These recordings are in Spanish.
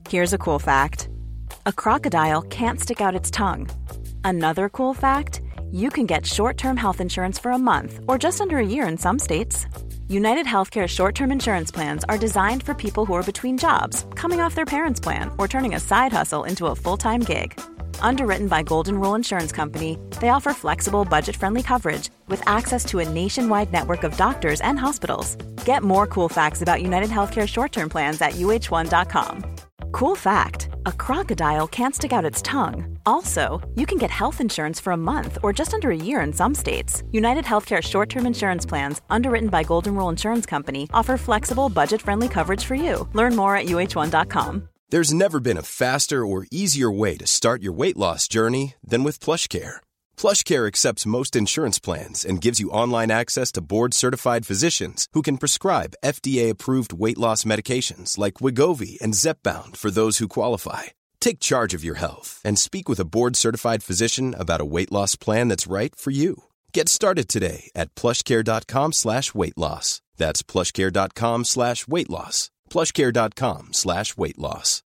Here's a cool fact. A crocodile can't stick out its tongue. Another cool fact, you can get short-term health insurance for a month or just under a year in some states. United Healthcare short-term insurance plans are designed for people who are between jobs, coming off their parents' plan, or turning a side hustle into a full-time gig. Underwritten by Golden Rule Insurance Company, they offer flexible, budget-friendly coverage with access to a nationwide network of doctors and hospitals. Get more cool facts about United Healthcare short-term plans at uh1.com. Cool fact, a crocodile can't stick out its tongue. Also, you can get health insurance for a month or just under a year in some states. United Healthcare short-term insurance plans, underwritten by Golden Rule Insurance Company, offer flexible, budget-friendly coverage for you. Learn more at uh1.com. There's never been a faster or easier way to start your weight loss journey than with PlushCare. PlushCare accepts most insurance plans and gives you online access to board-certified physicians who can prescribe FDA-approved weight loss medications like Wegovy and Zepbound for those who qualify. Take charge of your health and speak with a board-certified physician about a weight loss plan that's right for you. Get started today at plushcare.com/weight loss. That's plushcare.com/weight loss. plushcare.com/weight loss.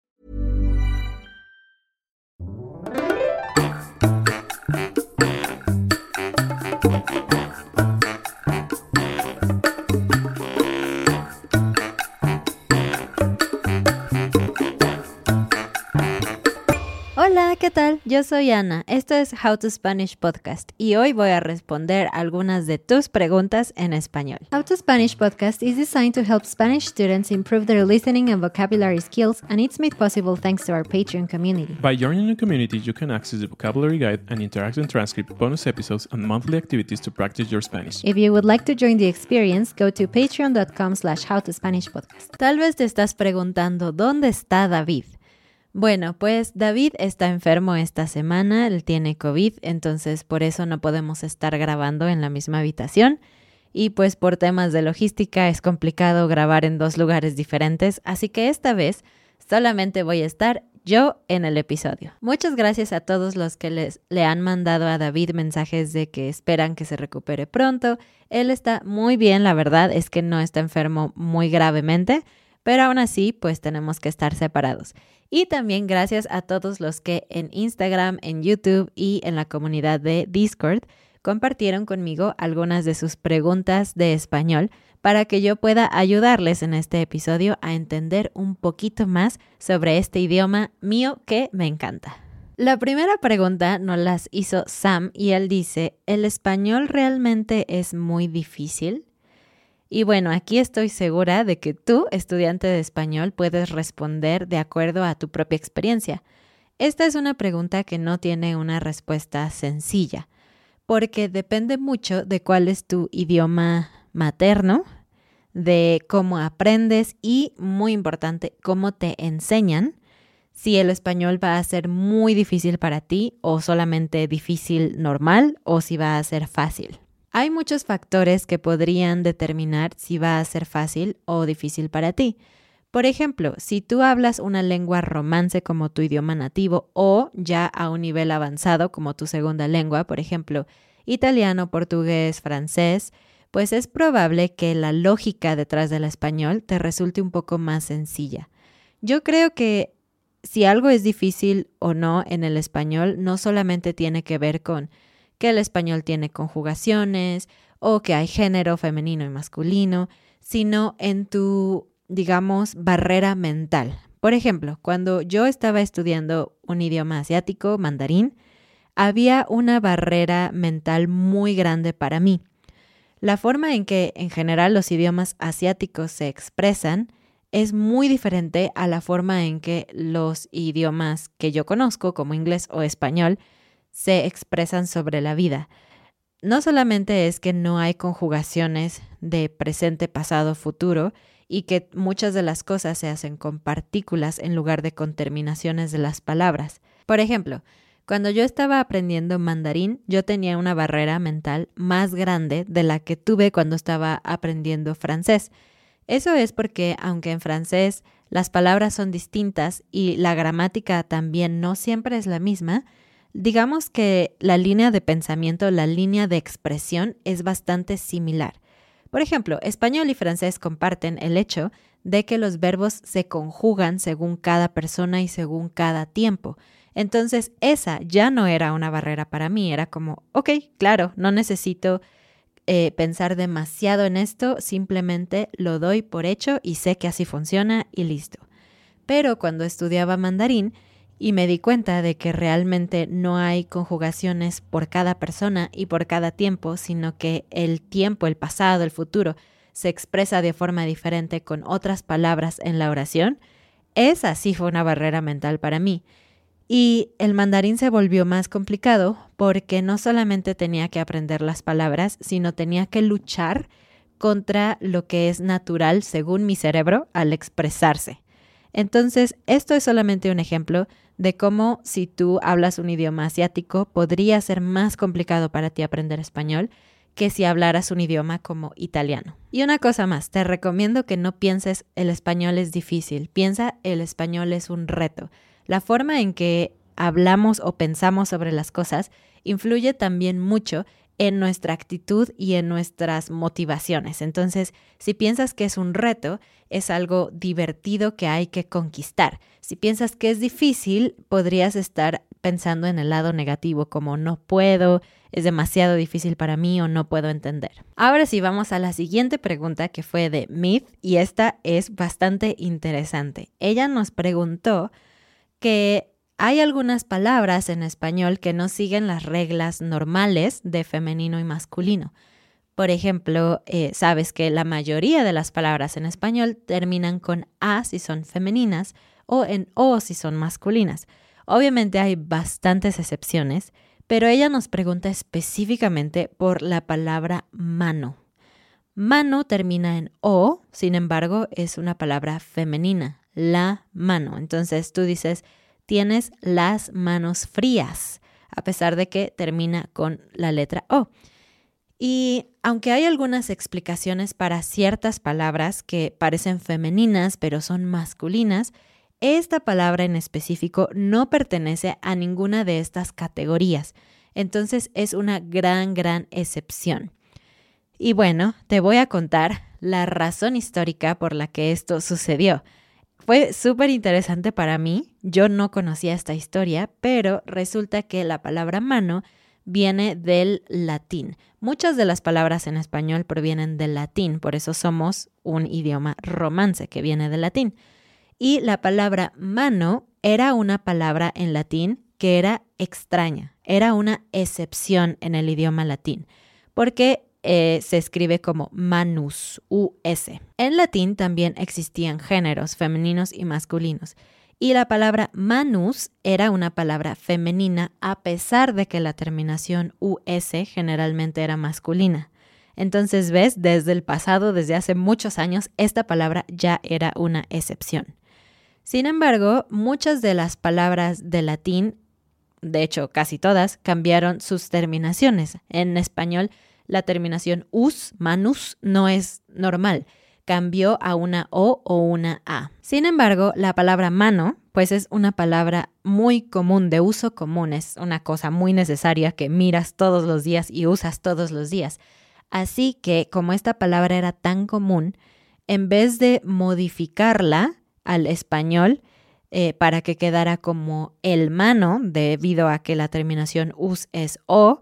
Hola, ¿qué tal? Yo soy Ana, esto es How to Spanish Podcast y hoy voy a responder algunas de tus preguntas en español. How to Spanish Podcast is designed to help Spanish students improve their listening and vocabulary skills, and it's made possible thanks to our Patreon community. By joining the community, you can access the vocabulary guide and interactive transcript, bonus episodes, and monthly activities to practice your Spanish. If you would like to join the experience, go to patreon.com/howtospanishpodcast. Tal vez te estás preguntando, ¿dónde está David? Bueno, pues David está enfermo esta semana, él tiene COVID, entonces por eso no podemos estar grabando en la misma habitación y pues por temas de logística es complicado grabar en dos lugares diferentes, así que esta vez solamente voy a estar yo en el episodio. Muchas gracias a todos los que le han mandado a David mensajes de que esperan que se recupere pronto. Él está muy bien, la verdad es que no está enfermo muy gravemente, pero aún así pues tenemos que estar separados. Y también gracias a todos los que en Instagram, en YouTube y en la comunidad de Discord compartieron conmigo algunas de sus preguntas de español para que yo pueda ayudarles en este episodio a entender un poquito más sobre este idioma mío que me encanta. La primera pregunta nos las hizo Sam y él dice, ¿el español realmente es muy difícil? Y bueno, aquí estoy segura de que tú, estudiante de español, puedes responder de acuerdo a tu propia experiencia. Esta es una pregunta que no tiene una respuesta sencilla, porque depende mucho de cuál es tu idioma materno, de cómo aprendes y, muy importante, cómo te enseñan, si el español va a ser muy difícil para ti o solamente difícil normal o si va a ser fácil. Hay muchos factores que podrían determinar si va a ser fácil o difícil para ti. Por ejemplo, si tú hablas una lengua romance como tu idioma nativo o ya a un nivel avanzado como tu segunda lengua, por ejemplo, italiano, portugués, francés, pues es probable que la lógica detrás del español te resulte un poco más sencilla. Yo creo que si algo es difícil o no en el español, no solamente tiene que ver con que el español tiene conjugaciones o que hay género femenino y masculino, sino en tu, digamos, barrera mental. Por ejemplo, cuando yo estaba estudiando un idioma asiático, mandarín, había una barrera mental muy grande para mí. La forma en que, en general, los idiomas asiáticos se expresan es muy diferente a la forma en que los idiomas que yo conozco, como inglés o español, se expresan sobre la vida. No solamente es que no hay conjugaciones de presente, pasado, futuro y que muchas de las cosas se hacen con partículas en lugar de con terminaciones de las palabras. Por ejemplo, cuando yo estaba aprendiendo mandarín, yo tenía una barrera mental más grande de la que tuve cuando estaba aprendiendo francés. Eso es porque, aunque en francés las palabras son distintas y la gramática también no siempre es la misma, digamos que la línea de pensamiento, la línea de expresión es bastante similar. Por ejemplo, español y francés comparten el hecho de que los verbos se conjugan según cada persona y según cada tiempo. Entonces, esa ya no era una barrera para mí, era como, ok, claro, no necesito pensar demasiado en esto, simplemente lo doy por hecho y sé que así funciona y listo. Pero cuando estudiaba mandarín y me di cuenta de que realmente no hay conjugaciones por cada persona y por cada tiempo, sino que el tiempo, el pasado, el futuro, se expresa de forma diferente con otras palabras en la oración, esa sí fue una barrera mental para mí. Y el mandarín se volvió más complicado porque no solamente tenía que aprender las palabras, sino tenía que luchar contra lo que es natural según mi cerebro al expresarse. Entonces, esto es solamente un ejemplo de cómo si tú hablas un idioma asiático podría ser más complicado para ti aprender español que si hablaras un idioma como italiano. Y una cosa más, te recomiendo que no pienses el español es difícil, piensa el español es un reto. La forma en que hablamos o pensamos sobre las cosas influye también mucho en nuestra actitud y en nuestras motivaciones. Entonces, si piensas que es un reto, es algo divertido que hay que conquistar. Si piensas que es difícil, podrías estar pensando en el lado negativo, como no puedo, es demasiado difícil para mí o no puedo entender. Ahora sí, vamos a la siguiente pregunta que fue de Myth y esta es bastante interesante. Ella nos preguntó que hay algunas palabras en español que no siguen las reglas normales de femenino y masculino. Por ejemplo, sabes que la mayoría de las palabras en español terminan con A si son femeninas o en O si son masculinas. Obviamente hay bastantes excepciones, pero ella nos pregunta específicamente por la palabra mano. Mano termina en O, sin embargo, es una palabra femenina, la mano. Entonces tú dices, tienes las manos frías, a pesar de que termina con la letra O. Y aunque hay algunas explicaciones para ciertas palabras que parecen femeninas pero son masculinas, esta palabra en específico no pertenece a ninguna de estas categorías. Entonces es una gran excepción. Y bueno, te voy a contar la razón histórica por la que esto sucedió. Fue súper interesante para mí. Yo no conocía esta historia, pero resulta que la palabra mano viene del latín. Muchas de las palabras en español provienen del latín, por eso somos un idioma romance que viene del latín. Y la palabra mano era una palabra en latín que era extraña, era una excepción en el idioma latín, porque se escribe como manus, U-S. En latín también existían géneros femeninos y masculinos. Y la palabra manus era una palabra femenina a pesar de que la terminación US generalmente era masculina. Entonces, ves, desde el pasado, desde hace muchos años, esta palabra ya era una excepción. Sin embargo, muchas de las palabras de latín, de hecho casi todas, cambiaron sus terminaciones. En español, la terminación us, manus, no es normal. Cambió a una O o una A. Sin embargo, la palabra mano, pues es una palabra muy común, de uso común. Es una cosa muy necesaria que miras todos los días y usas todos los días. Así que, como esta palabra era tan común, en vez de modificarla al español para que quedara como el mano, debido a que la terminación us es O,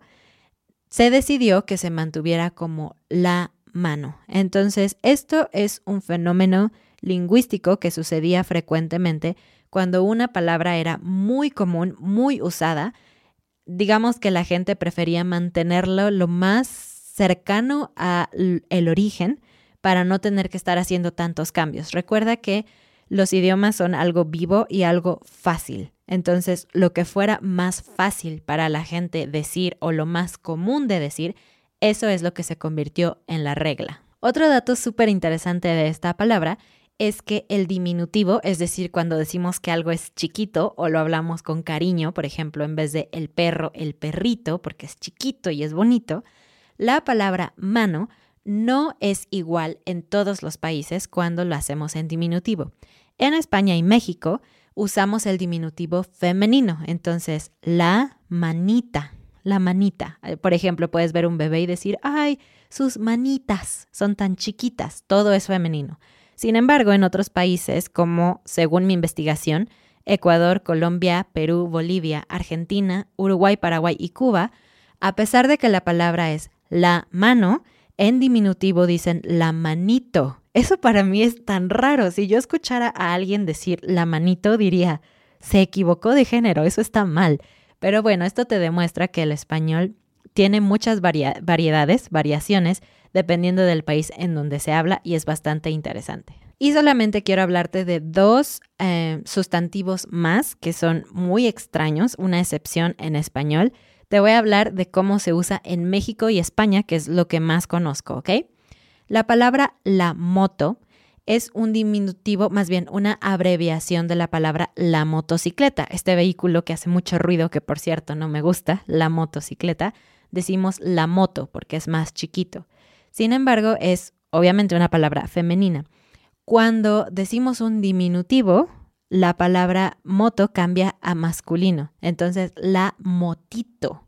se decidió que se mantuviera como la mano. Entonces, esto es un fenómeno lingüístico que sucedía frecuentemente cuando una palabra era muy común, muy usada. Digamos que la gente prefería mantenerlo lo más cercano al origen para no tener que estar haciendo tantos cambios. Recuerda que los idiomas son algo vivo y algo fácil. Entonces, lo que fuera más fácil para la gente decir o lo más común de decir, eso es lo que se convirtió en la regla. Otro dato súper interesante de esta palabra es que el diminutivo, es decir, cuando decimos que algo es chiquito o lo hablamos con cariño, por ejemplo, en vez de el perro, el perrito, porque es chiquito y es bonito, la palabra mano no es igual en todos los países cuando lo hacemos en diminutivo. En España y México usamos el diminutivo femenino, entonces la manita. Por ejemplo, puedes ver un bebé y decir, ay, sus manitas son tan chiquitas, todo es femenino. Sin embargo, en otros países, como según mi investigación, Ecuador, Colombia, Perú, Bolivia, Argentina, Uruguay, Paraguay y Cuba, a pesar de que la palabra es la mano, en diminutivo dicen la manito. Eso para mí es tan raro. Si yo escuchara a alguien decir la manito, diría, se equivocó de género, eso está mal. Pero bueno, esto te demuestra que el español tiene muchas variaciones, dependiendo del país en donde se habla y es bastante interesante. Y solamente quiero hablarte de 2 sustantivos más que son muy extraños, una excepción en español. Te voy a hablar de cómo se usa en México y España, que es lo que más conozco, ¿ok? La palabra la moto es un diminutivo, más bien una abreviación de la palabra la motocicleta. Este vehículo que hace mucho ruido, que por cierto no me gusta, la motocicleta, decimos la moto porque es más chiquito. Sin embargo, es obviamente una palabra femenina. Cuando decimos un diminutivo, la palabra moto cambia a masculino. Entonces, la motito.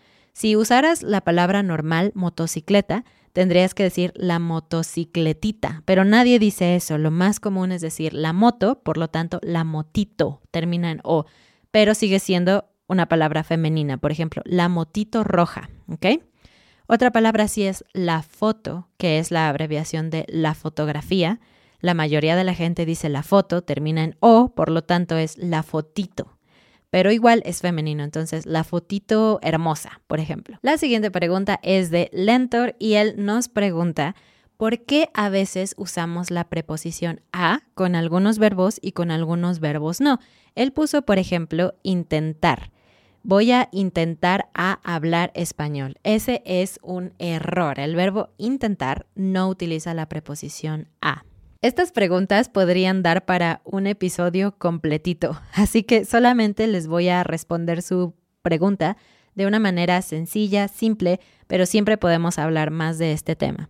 Si usaras la palabra normal, motocicleta, tendrías que decir la motocicletita, pero nadie dice eso. Lo más común es decir la moto, por lo tanto, la motito termina en O, pero sigue siendo una palabra femenina. Por ejemplo, la motito roja, ¿ok? Otra palabra sí es la foto, que es la abreviación de la fotografía. La mayoría de la gente dice la foto, termina en O, por lo tanto es la fotito. Pero igual es femenino, entonces la fotito hermosa, por ejemplo. La siguiente pregunta es de Lentor y él nos pregunta ¿por qué a veces usamos la preposición a con algunos verbos y con algunos verbos no? Él puso, por ejemplo, intentar. Voy a intentar a hablar español. Ese es un error. El verbo intentar no utiliza la preposición a. Estas preguntas podrían dar para un episodio completito, así que solamente les voy a responder su pregunta de una manera sencilla, simple, pero siempre podemos hablar más de este tema.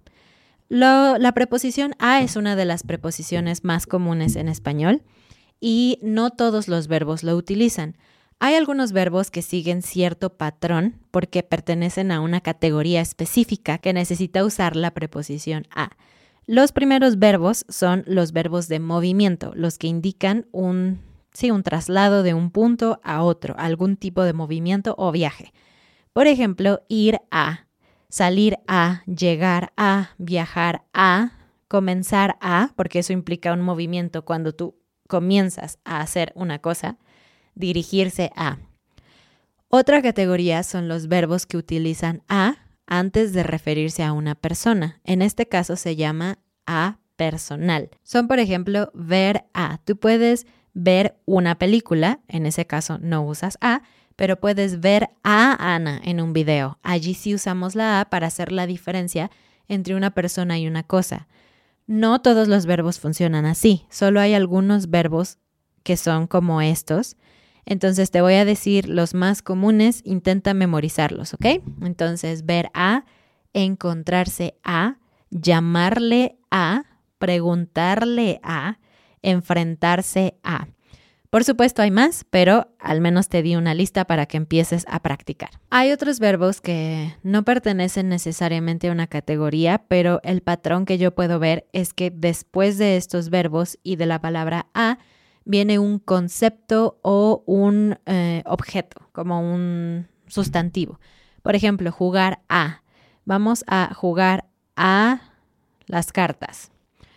La preposición a es una de las preposiciones más comunes en español y no todos los verbos lo utilizan. Hay algunos verbos que siguen cierto patrón porque pertenecen a una categoría específica que necesita usar la preposición a. Los primeros verbos son los verbos de movimiento, los que indican un traslado de un punto a otro, algún tipo de movimiento o viaje. Por ejemplo, ir a, salir a, llegar a, viajar a, comenzar a, porque eso implica un movimiento cuando tú comienzas a hacer una cosa, dirigirse a. Otra categoría son los verbos que utilizan a antes de referirse a una persona. En este caso se llama a personal. Son, por ejemplo, ver a. Tú puedes ver una película, en ese caso no usas a, pero puedes ver a Ana en un video. Allí sí usamos la a para hacer la diferencia entre una persona y una cosa. No todos los verbos funcionan así, solo hay algunos verbos que son como estos. Entonces te voy a decir los más comunes, intenta memorizarlos, ¿ok? Entonces ver a, encontrarse a, llamarle a, preguntarle a, enfrentarse a. Por supuesto hay más, pero al menos te di una lista para que empieces a practicar. Hay otros verbos que no pertenecen necesariamente a una categoría, pero el patrón que yo puedo ver es que después de estos verbos y de la palabra a, viene un concepto o un objeto, como un sustantivo. Por ejemplo, jugar a. Vamos a jugar a las cartas.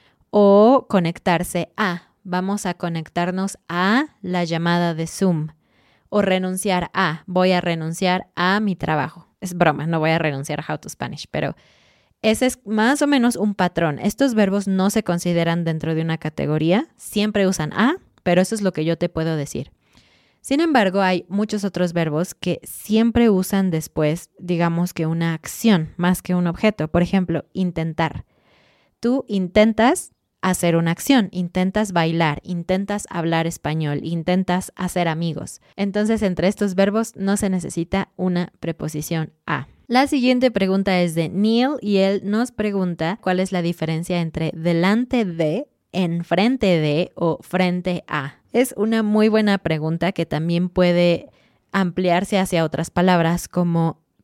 O conectarse a. Vamos a conectarnos a la llamada de Zoom. O renunciar a. Voy a renunciar a mi trabajo. Es broma, no voy a renunciar a How to Spanish, pero ese es más o menos un patrón. Estos verbos no se consideran dentro de una categoría. Siempre usan a, pero eso es lo que yo te puedo decir. Sin embargo, hay muchos otros verbos que siempre usan después, digamos que una acción más que un objeto. Por ejemplo, intentar. Tú intentas hacer una acción, intentas bailar, intentas hablar español, intentas hacer amigos. Entonces, entre estos verbos no se necesita una preposición a. La siguiente pregunta es de Neil y él nos pregunta cuál es la diferencia entre delante de, enfrente de o frente a. Es una muy buena pregunta que también puede ampliarse hacia otras palabras como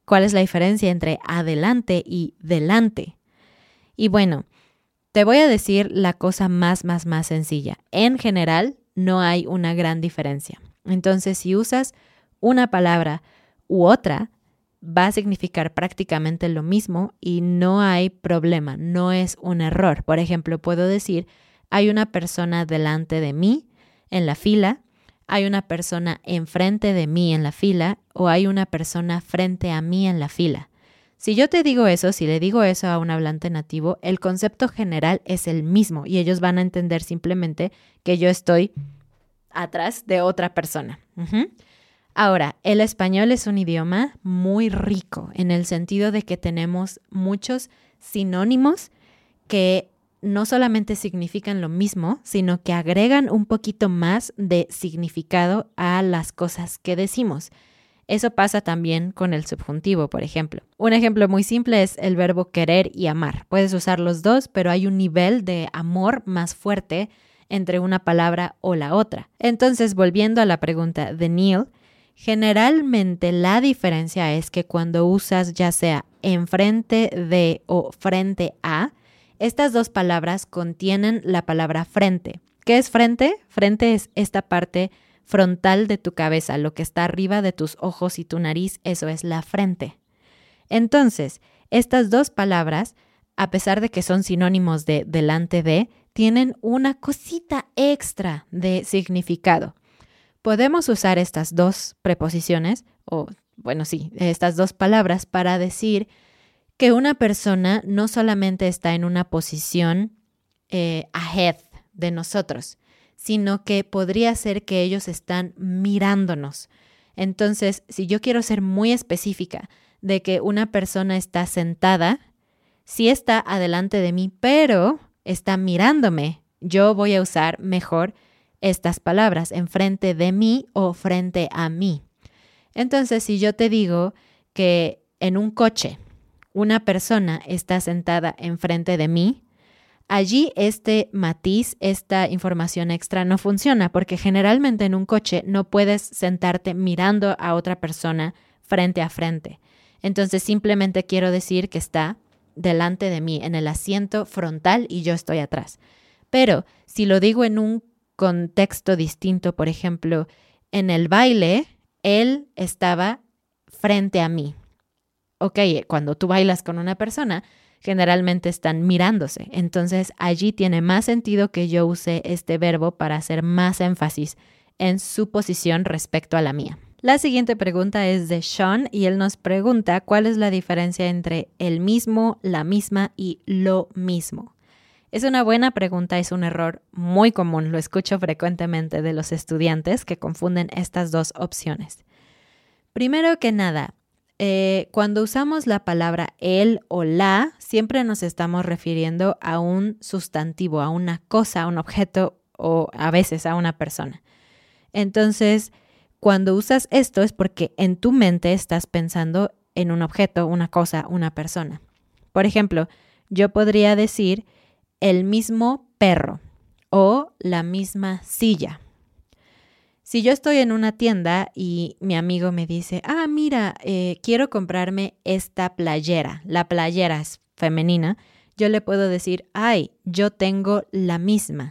¿cuál es la diferencia entre adelante y delante? Y bueno, te voy a decir la cosa más sencilla. En general, no hay una gran diferencia. Entonces, si usas una palabra u otra, va a significar prácticamente lo mismo y no hay problema, no es un error. Por ejemplo, puedo decir, hay una persona delante de mí en la fila, hay una persona enfrente de mí en la fila o hay una persona frente a mí en la fila. Si yo te digo eso, si le digo eso a un hablante nativo, el concepto general es el mismo y ellos van a entender simplemente que yo estoy atrás de otra persona. Ahora, el español es un idioma muy rico en el sentido de que tenemos muchos sinónimos que no solamente significan lo mismo, sino que agregan un poquito más de significado a las cosas que decimos. Eso pasa también con el subjuntivo, por ejemplo. Un ejemplo muy simple es el verbo querer y amar. Puedes usar los dos, pero hay un nivel de amor más fuerte entre una palabra o la otra. Entonces, volviendo a la pregunta de Neil, generalmente la diferencia es que cuando usas ya sea enfrente de o frente a, estas dos palabras contienen la palabra frente. ¿Qué es frente? Frente es esta parte frontal de tu cabeza, lo que está arriba de tus ojos y tu nariz, eso es la frente. Entonces, estas dos palabras, a pesar de que son sinónimos de delante de, tienen una cosita extra de significado. Podemos usar estas dos preposiciones, estas dos palabras para decir que una persona no solamente está en una posición ahead de nosotros, sino que podría ser que ellos están mirándonos. Entonces, si yo quiero ser muy específica de que una persona está sentada, sí está adelante de mí, pero está mirándome, yo voy a usar mejor estas palabras, enfrente de mí o frente a mí. Entonces, si yo te digo que en un coche una persona está sentada enfrente de mí, allí este matiz, esta información extra no funciona porque generalmente en un coche no puedes sentarte mirando a otra persona frente a frente. Entonces simplemente quiero decir que está delante de mí en el asiento frontal y yo estoy atrás. Pero si lo digo en un contexto distinto, por ejemplo, en el baile, él estaba frente a mí. Ok, cuando tú bailas con una persona, generalmente están mirándose. Entonces, allí tiene más sentido que yo use este verbo para hacer más énfasis en su posición respecto a la mía. La siguiente pregunta es de Sean y él nos pregunta cuál es la diferencia entre el mismo, la misma y lo mismo. Es una buena pregunta, es un error muy común, lo escucho frecuentemente de los estudiantes que confunden estas dos opciones. Primero que nada, cuando usamos la palabra el o la, siempre nos estamos refiriendo a un sustantivo, a una cosa, a un objeto o a veces a una persona. Entonces, cuando usas esto es porque en tu mente estás pensando en un objeto, una cosa, una persona. Por ejemplo, yo podría decir el mismo perro o la misma silla. Si yo estoy en una tienda y mi amigo me dice, mira, quiero comprarme esta playera. La playera es femenina. Yo le puedo decir, yo tengo la misma.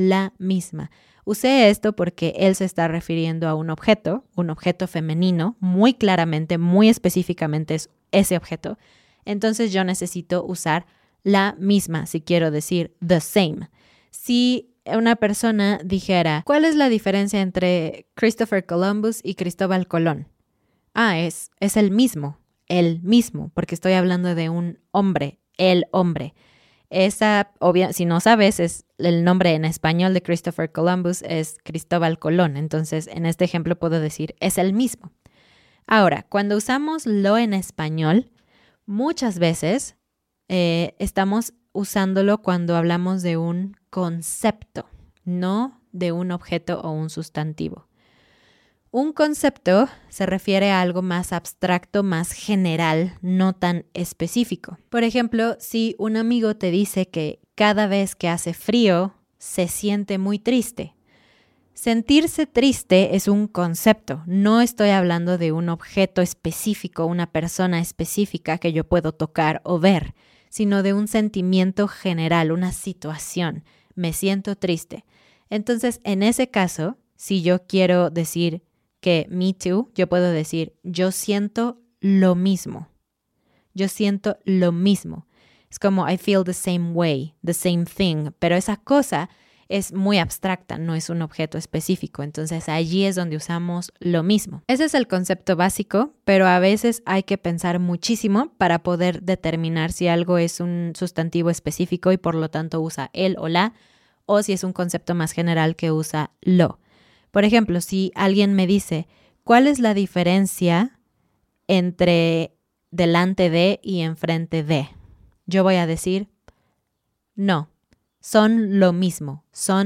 Usé esto porque él se está refiriendo a un objeto femenino, muy claramente, muy específicamente es ese objeto. Entonces yo necesito usar la misma si quiero decir the same. Si una persona dijera, ¿cuál es la diferencia entre Christopher Columbus y Cristóbal Colón? Es el mismo, porque estoy hablando de un hombre, el hombre. Si no sabes, es el nombre en español de Christopher Columbus es Cristóbal Colón. Entonces, en este ejemplo puedo decir, es el mismo. Ahora, cuando usamos lo en español, muchas veces estamos usándolo cuando hablamos de un concepto, no de un objeto o un sustantivo. Un concepto se refiere a algo más abstracto, más general, no tan específico. Por ejemplo, si un amigo te dice que cada vez que hace frío se siente muy triste, Sentirse triste es un concepto. No estoy hablando de un objeto específico, una persona específica que yo puedo tocar o ver, sino de un sentimiento general, una situación. Me siento triste. Entonces, en ese caso, si yo quiero decir que me too, yo puedo decir yo siento lo mismo. Yo siento lo mismo. Es como I feel the same way, the same thing, pero esa cosa es muy abstracta, no es un objeto específico, entonces allí es donde usamos lo mismo. Ese es el concepto básico, pero a veces hay que pensar muchísimo para poder determinar si algo es un sustantivo específico y por lo tanto usa el o la, o si es un concepto más general que usa lo. Por ejemplo, si alguien me dice, ¿cuál es la diferencia entre delante de y enfrente de? Yo voy a decir, no. Son lo mismo,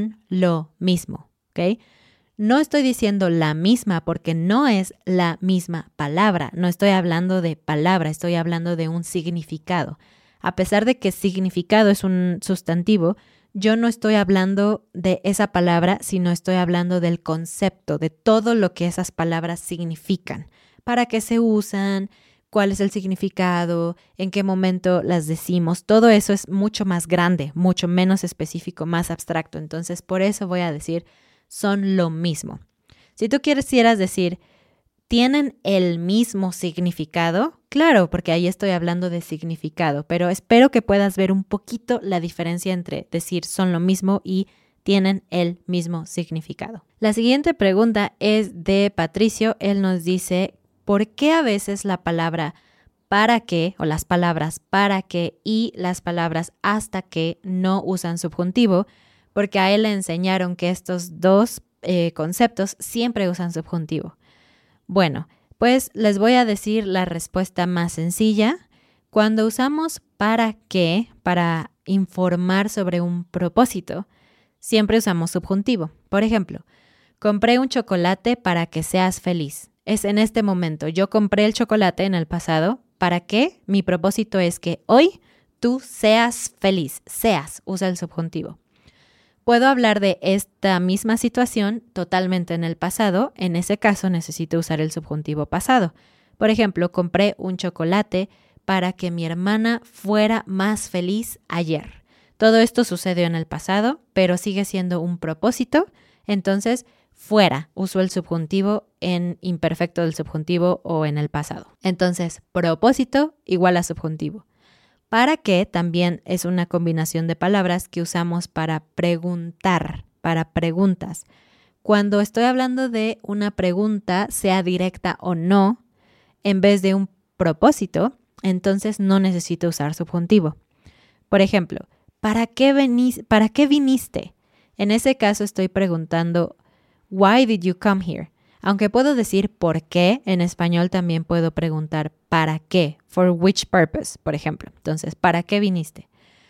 ¿ok? No estoy diciendo la misma porque no es la misma palabra. No estoy hablando de palabra, estoy hablando de un significado. A pesar de que significado es un sustantivo, yo no estoy hablando de esa palabra, sino estoy hablando del concepto, de todo lo que esas palabras significan, para qué se usan, cuál es el significado, en qué momento las decimos. Todo eso es mucho más grande, mucho menos específico, más abstracto. Entonces, por eso voy a decir, son lo mismo. Si tú quisieras decir, ¿tienen el mismo significado? Claro, porque ahí estoy hablando de significado, pero espero que puedas ver un poquito la diferencia entre decir son lo mismo y tienen el mismo significado. La siguiente pregunta es de Patricio. Él nos dice, ¿por qué a veces la palabra para qué o las palabras para qué y las palabras hasta que no usan subjuntivo? Porque a él le enseñaron que estos dos conceptos siempre usan subjuntivo. Bueno, pues les voy a decir la respuesta más sencilla. Cuando usamos para qué, para informar sobre un propósito, siempre usamos subjuntivo. Por ejemplo, compré un chocolate para que seas feliz. Es en este momento. Yo compré el chocolate en el pasado. ¿Para qué? Mi propósito es que hoy tú seas feliz. Seas, usa el subjuntivo. Puedo hablar de esta misma situación totalmente en el pasado. En ese caso necesito usar el subjuntivo pasado. Por ejemplo, compré un chocolate para que mi hermana fuera más feliz ayer. Todo esto sucedió en el pasado, pero sigue siendo un propósito. Entonces, fuera, uso el subjuntivo en imperfecto del subjuntivo o en el pasado. Entonces, propósito igual a subjuntivo. Para qué también es una combinación de palabras que usamos para preguntar, para preguntas. Cuando estoy hablando de una pregunta, sea directa o no, en vez de un propósito, entonces no necesito usar subjuntivo. Por ejemplo, ¿para qué viniste? En ese caso estoy preguntando, Why did you come here? Aunque puedo decir por qué, en español también puedo preguntar ¿para qué? For which purpose, por ejemplo. Entonces, ¿para qué viniste?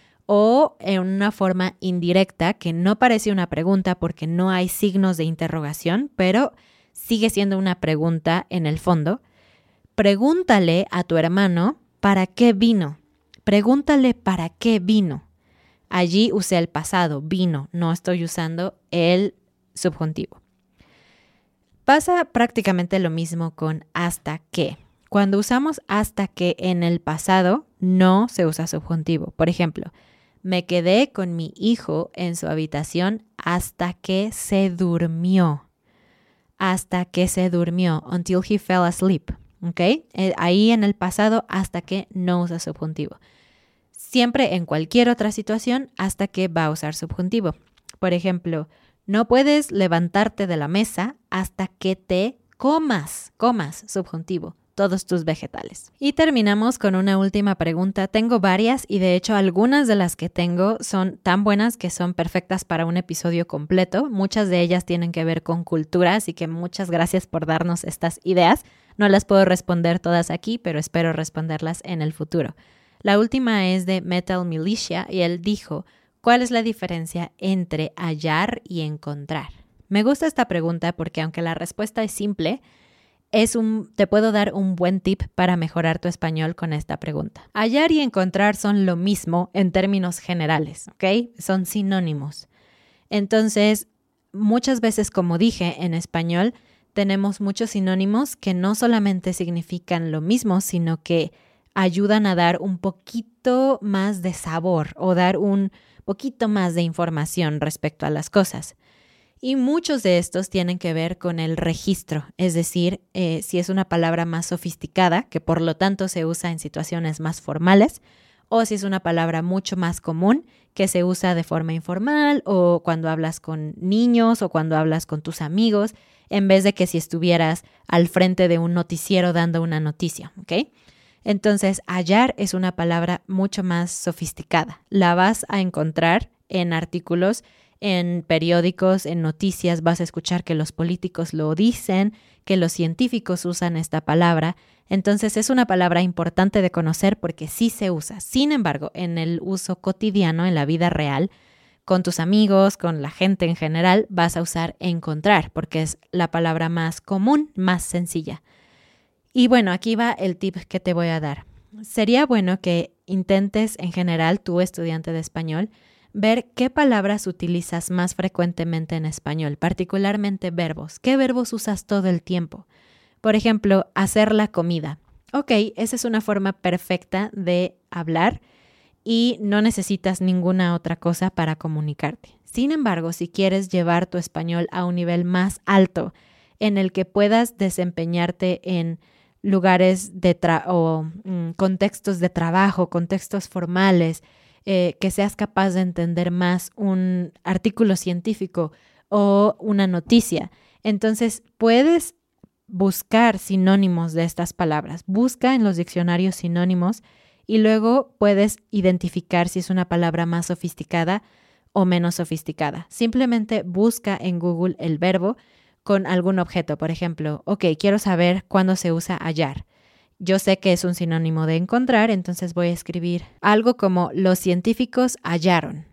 O en una forma indirecta que no parece una pregunta porque no hay signos de interrogación, pero sigue siendo una pregunta en el fondo. Pregúntale a tu hermano ¿para qué vino? Pregúntale ¿para qué vino? Allí usé el pasado, vino, no estoy usando el subjuntivo. Pasa prácticamente lo mismo con hasta que. Cuando usamos hasta que en el pasado, no se usa subjuntivo. Por ejemplo, me quedé con mi hijo en su habitación hasta que se durmió. Hasta que se durmió, until he fell asleep. ¿Ok? Ahí en el pasado, hasta que no usa subjuntivo. Siempre en cualquier otra situación, hasta que va a usar subjuntivo. Por ejemplo, no puedes levantarte de la mesa hasta que te comas, subjuntivo, todos tus vegetales. Y terminamos con una última pregunta. Tengo varias y de hecho algunas de las que tengo son tan buenas que son perfectas para un episodio completo. Muchas de ellas tienen que ver con cultura, así que muchas gracias por darnos estas ideas. No las puedo responder todas aquí, pero espero responderlas en el futuro. La última es de Metal Militia y él dijo, ¿cuál es la diferencia entre hallar y encontrar? Me gusta esta pregunta porque aunque la respuesta es simple, te puedo dar un buen tip para mejorar tu español con esta pregunta. Hallar y encontrar son lo mismo en términos generales, ¿ok? Son sinónimos. Entonces, muchas veces, como dije, en español tenemos muchos sinónimos que no solamente significan lo mismo, sino que ayudan a dar un poquito más de sabor o dar un poquito más de información respecto a las cosas. Y muchos de estos tienen que ver con el registro, es decir, si es una palabra más sofisticada, que por lo tanto se usa en situaciones más formales, o si es una palabra mucho más común, que se usa de forma informal o cuando hablas con niños o cuando hablas con tus amigos, en vez de que si estuvieras al frente de un noticiero dando una noticia, ¿ok? Entonces, hallar es una palabra mucho más sofisticada. La vas a encontrar en artículos, en periódicos, en noticias. Vas a escuchar que los políticos lo dicen, que los científicos usan esta palabra. Entonces, es una palabra importante de conocer porque sí se usa. Sin embargo, en el uso cotidiano, en la vida real, con tus amigos, con la gente en general, vas a usar encontrar porque es la palabra más común, más sencilla. Y bueno, aquí va el tip que te voy a dar. Sería bueno que intentes en general, tú estudiante de español, ver qué palabras utilizas más frecuentemente en español, particularmente verbos. ¿Qué verbos usas todo el tiempo? Por ejemplo, hacer la comida. Ok, esa es una forma perfecta de hablar y no necesitas ninguna otra cosa para comunicarte. Sin embargo, si quieres llevar tu español a un nivel más alto en el que puedas desempeñarte en lugares o contextos de trabajo, contextos formales, que seas capaz de entender más un artículo científico o una noticia, entonces puedes buscar sinónimos de estas palabras. Busca en los diccionarios sinónimos y luego puedes identificar si es una palabra más sofisticada o menos sofisticada. Simplemente busca en Google el verbo con algún objeto. Por ejemplo, quiero saber cuándo se usa hallar. Yo sé que es un sinónimo de encontrar, entonces voy a escribir algo como los científicos hallaron.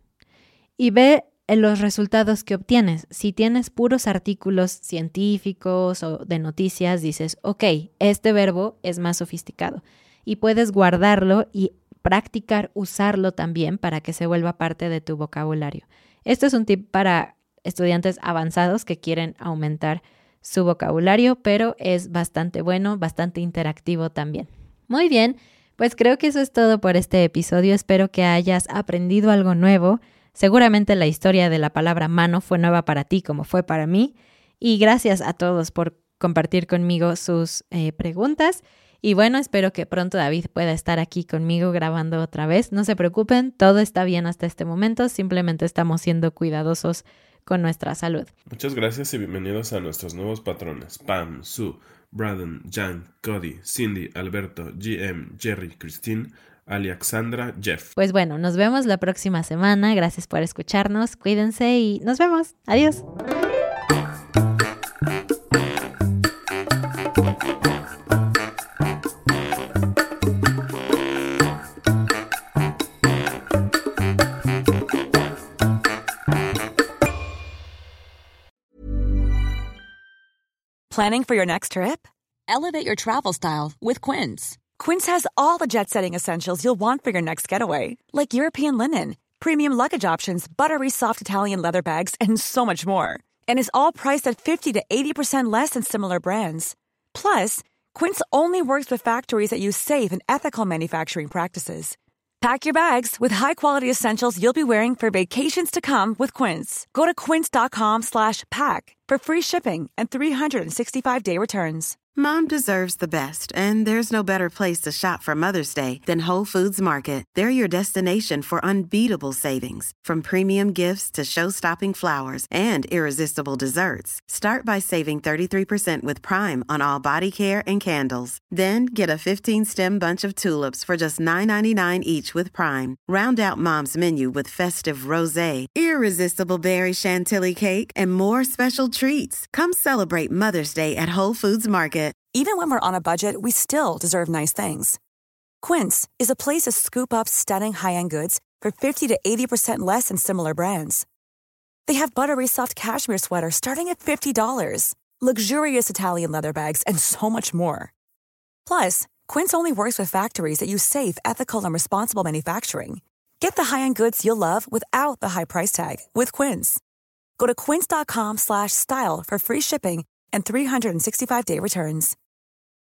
Y ve los resultados que obtienes. Si tienes puros artículos científicos o de noticias, dices, este verbo es más sofisticado. Y puedes guardarlo y practicar usarlo también para que se vuelva parte de tu vocabulario. Esto es un tip para estudiantes avanzados que quieren aumentar su vocabulario, pero es bastante bueno, bastante interactivo también. Muy bien, pues creo que eso es todo por este episodio. Espero que hayas aprendido algo nuevo. Seguramente la historia de la palabra mano fue nueva para ti como fue para mí. Y gracias a todos por compartir conmigo sus preguntas. Y bueno, espero que pronto David pueda estar aquí conmigo grabando otra vez. No se preocupen, todo está bien hasta este momento. Simplemente estamos siendo cuidadosos con nuestra salud. Muchas gracias y bienvenidos a nuestros nuevos patrones. Pam, Sue, Braden, Jan, Cody, Cindy, Alberto, GM, Jerry, Christine, Alexandra, Jeff. Pues bueno, nos vemos la próxima semana. Gracias por escucharnos. Cuídense y nos vemos. Adiós. Planning for your next trip? Elevate your travel style with Quince. Quince has all the jet-setting essentials you'll want for your next getaway, like European linen, premium luggage options, buttery soft Italian leather bags, and so much more. And is all priced at 50 to 80% less than similar brands. Plus, Quince only works with factories that use safe and ethical manufacturing practices. Pack your bags with high-quality essentials you'll be wearing for vacations to come with Quince. Go to quince.com/pack for free shipping and 365-day returns. Mom deserves the best, and there's no better place to shop for Mother's Day than Whole Foods Market. They're your destination for unbeatable savings, from premium gifts to show-stopping flowers and irresistible desserts. Start by saving 33% with Prime on all body care and candles. Then get a 15-stem bunch of tulips for just $9.99 each with Prime. Round out Mom's menu with festive rosé, irresistible berry chantilly cake, and more special treats. Come celebrate Mother's Day at Whole Foods Market. Even when we're on a budget, we still deserve nice things. Quince is a place to scoop up stunning high-end goods for 50 to 80% less than similar brands. They have buttery soft cashmere sweaters starting at $50, luxurious Italian leather bags, and so much more. Plus, Quince only works with factories that use safe, ethical, and responsible manufacturing. Get the high-end goods you'll love without the high price tag with Quince. Go to quince.com/style for free shipping and 365-day returns.